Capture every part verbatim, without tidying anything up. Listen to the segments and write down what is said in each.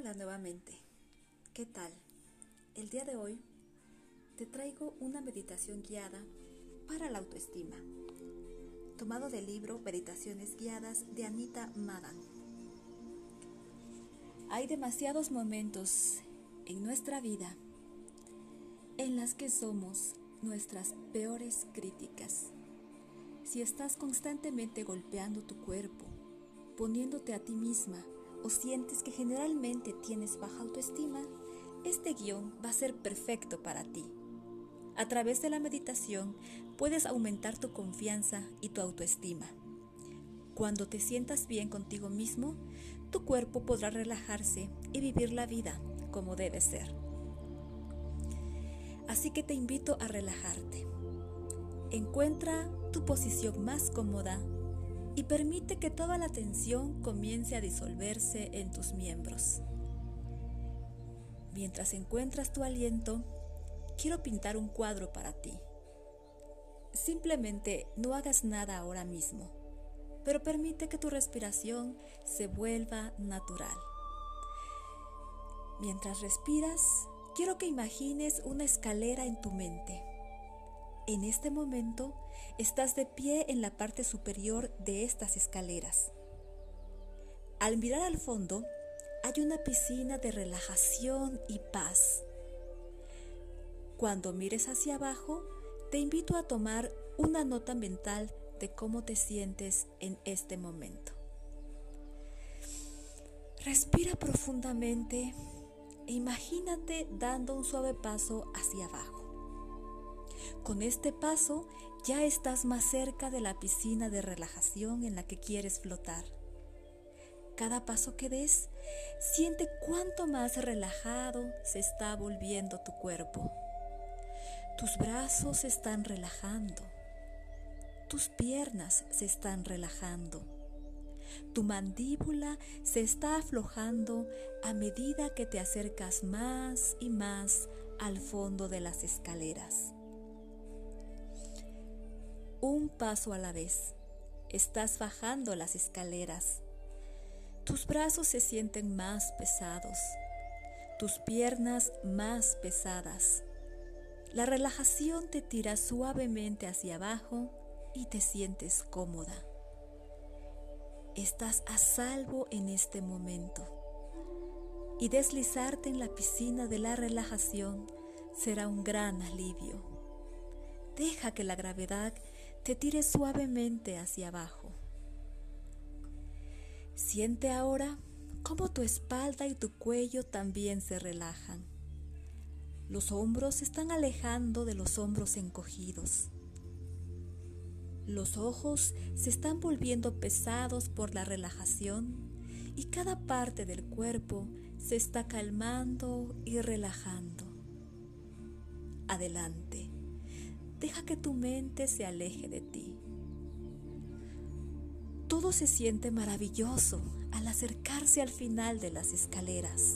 Hola nuevamente, ¿qué tal? El día de hoy te traigo una meditación guiada para la autoestima, tomado del libro Meditaciones Guiadas de Anita Madden. Hay demasiados momentos en nuestra vida en las que somos nuestras peores críticas. Si estás constantemente golpeando tu cuerpo, poniéndote a ti misma o sientes que generalmente tienes baja autoestima, este guión va a ser perfecto para ti. A través de la meditación puedes aumentar tu confianza y tu autoestima. Cuando te sientas bien contigo mismo, tu cuerpo podrá relajarse y vivir la vida como debe ser. Así que te invito a relajarte. Encuentra tu posición más cómoda y permite que toda la tensión comience a disolverse en tus miembros. Mientras encuentras tu aliento, quiero pintar un cuadro para ti. Simplemente no hagas nada ahora mismo, pero permite que tu respiración se vuelva natural. Mientras respiras, quiero que imagines una escalera en tu mente. En este momento, estás de pie en la parte superior de estas escaleras. Al mirar al fondo, hay una piscina de relajación y paz. Cuando mires hacia abajo, te invito a tomar una nota mental de cómo te sientes en este momento. Respira profundamente e imagínate dando un suave paso hacia abajo. Con este paso ya estás más cerca de la piscina de relajación en la que quieres flotar. Cada paso que des, siente cuánto más relajado se está volviendo tu cuerpo. Tus brazos se están relajando. Tus piernas se están relajando. Tu mandíbula se está aflojando a medida que te acercas más y más al fondo de las escaleras. Un paso a la vez, estás bajando las escaleras. Tus brazos se sienten más pesados, tus piernas más pesadas. La relajación te tira suavemente hacia abajo y te sientes cómoda. Estás a salvo en este momento y deslizarte en la piscina de la relajación será un gran alivio. Deja que la gravedad te tire suavemente hacia abajo. Siente ahora cómo tu espalda y tu cuello también se relajan. Los hombros se están alejando de los hombros encogidos. Los ojos se están volviendo pesados por la relajación y cada parte del cuerpo se está calmando y relajando. Adelante. Deja que tu mente se aleje de ti. Todo se siente maravilloso al acercarse al final de las escaleras.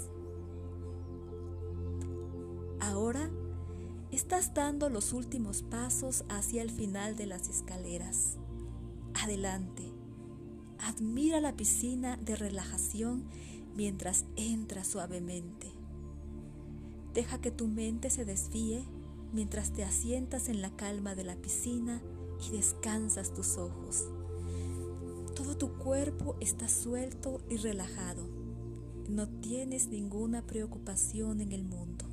Ahora estás dando los últimos pasos hacia el final de las escaleras. Adelante. Admira la piscina de relajación mientras entras suavemente. Deja que tu mente se desvíe mientras te asientas en la calma de la piscina y descansas tus ojos. Todo tu cuerpo está suelto y relajado. No tienes ninguna preocupación en el mundo.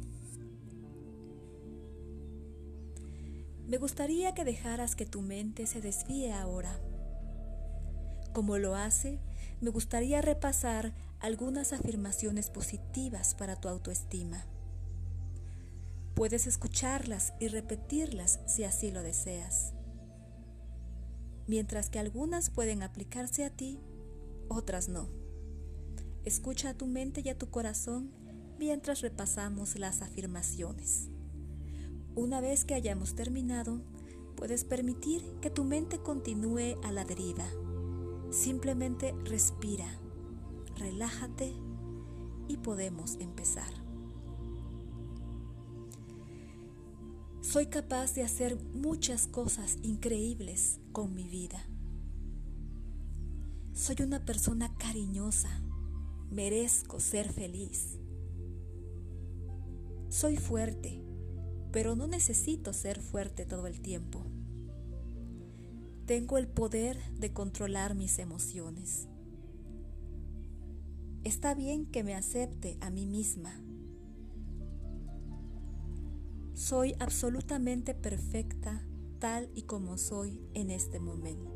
Me gustaría que dejaras que tu mente se desvíe ahora. Como lo hace, me gustaría repasar algunas afirmaciones positivas para tu autoestima. Puedes escucharlas y repetirlas si así lo deseas. Mientras que algunas pueden aplicarse a ti, otras no. Escucha a tu mente y a tu corazón mientras repasamos las afirmaciones. Una vez que hayamos terminado, puedes permitir que tu mente continúe a la deriva. Simplemente respira, relájate y podemos empezar. Soy capaz de hacer muchas cosas increíbles con mi vida. Soy una persona cariñosa, Merezco ser feliz. Soy fuerte, pero no necesito ser fuerte todo el tiempo. Tengo el poder de controlar mis emociones. Está bien que me acepte a mí misma. Soy absolutamente perfecta tal y como soy en este momento.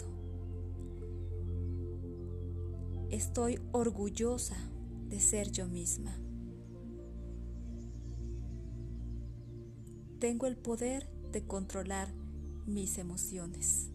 Estoy orgullosa de ser yo misma. Tengo el poder de controlar mis emociones.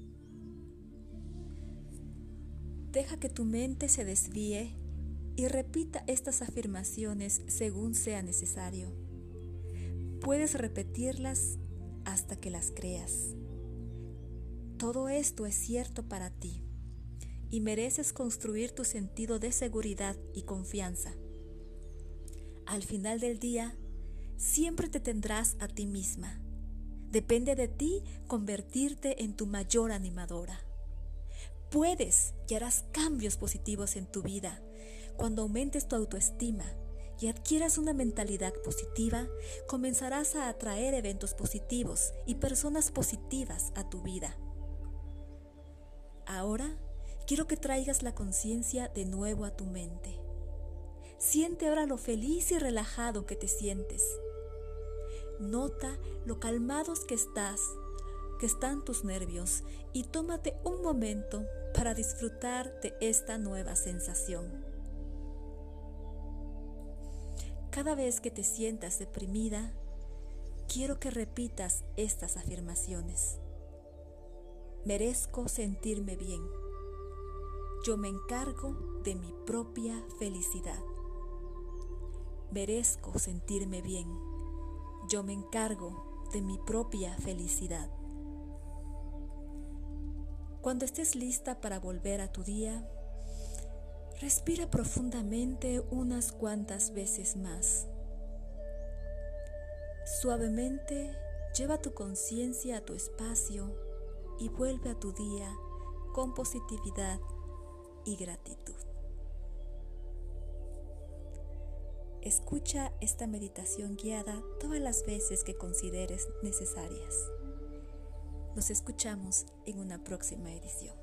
Deja que tu mente se desvíe y repita estas afirmaciones según sea necesario. Puedes repetirlas hasta que las creas. Todo esto es cierto para ti y mereces construir tu sentido de seguridad y confianza. Al final del día, siempre te tendrás a ti misma. Depende de ti convertirte en tu mayor animadora. Puedes y harás cambios positivos en tu vida cuando aumentes tu autoestima y adquieras una mentalidad positiva. Comenzarás a atraer eventos positivos y personas positivas a tu vida. Ahora quiero que traigas la conciencia de nuevo a tu mente. Siente ahora lo feliz y relajado que te sientes. Nota lo calmados que estás, que están tus nervios, y tómate un momento para disfrutar de esta nueva sensación. Cada vez que te sientas deprimida, quiero que repitas estas afirmaciones. Merezco sentirme bien. Yo me encargo de mi propia felicidad. Merezco sentirme bien. Yo me encargo de mi propia felicidad. Cuando estés lista para volver a tu día, respira profundamente unas cuantas veces más. Suavemente lleva tu conciencia a tu espacio y vuelve a tu día con positividad y gratitud. Escucha esta meditación guiada todas las veces que consideres necesarias. Nos escuchamos en una próxima edición.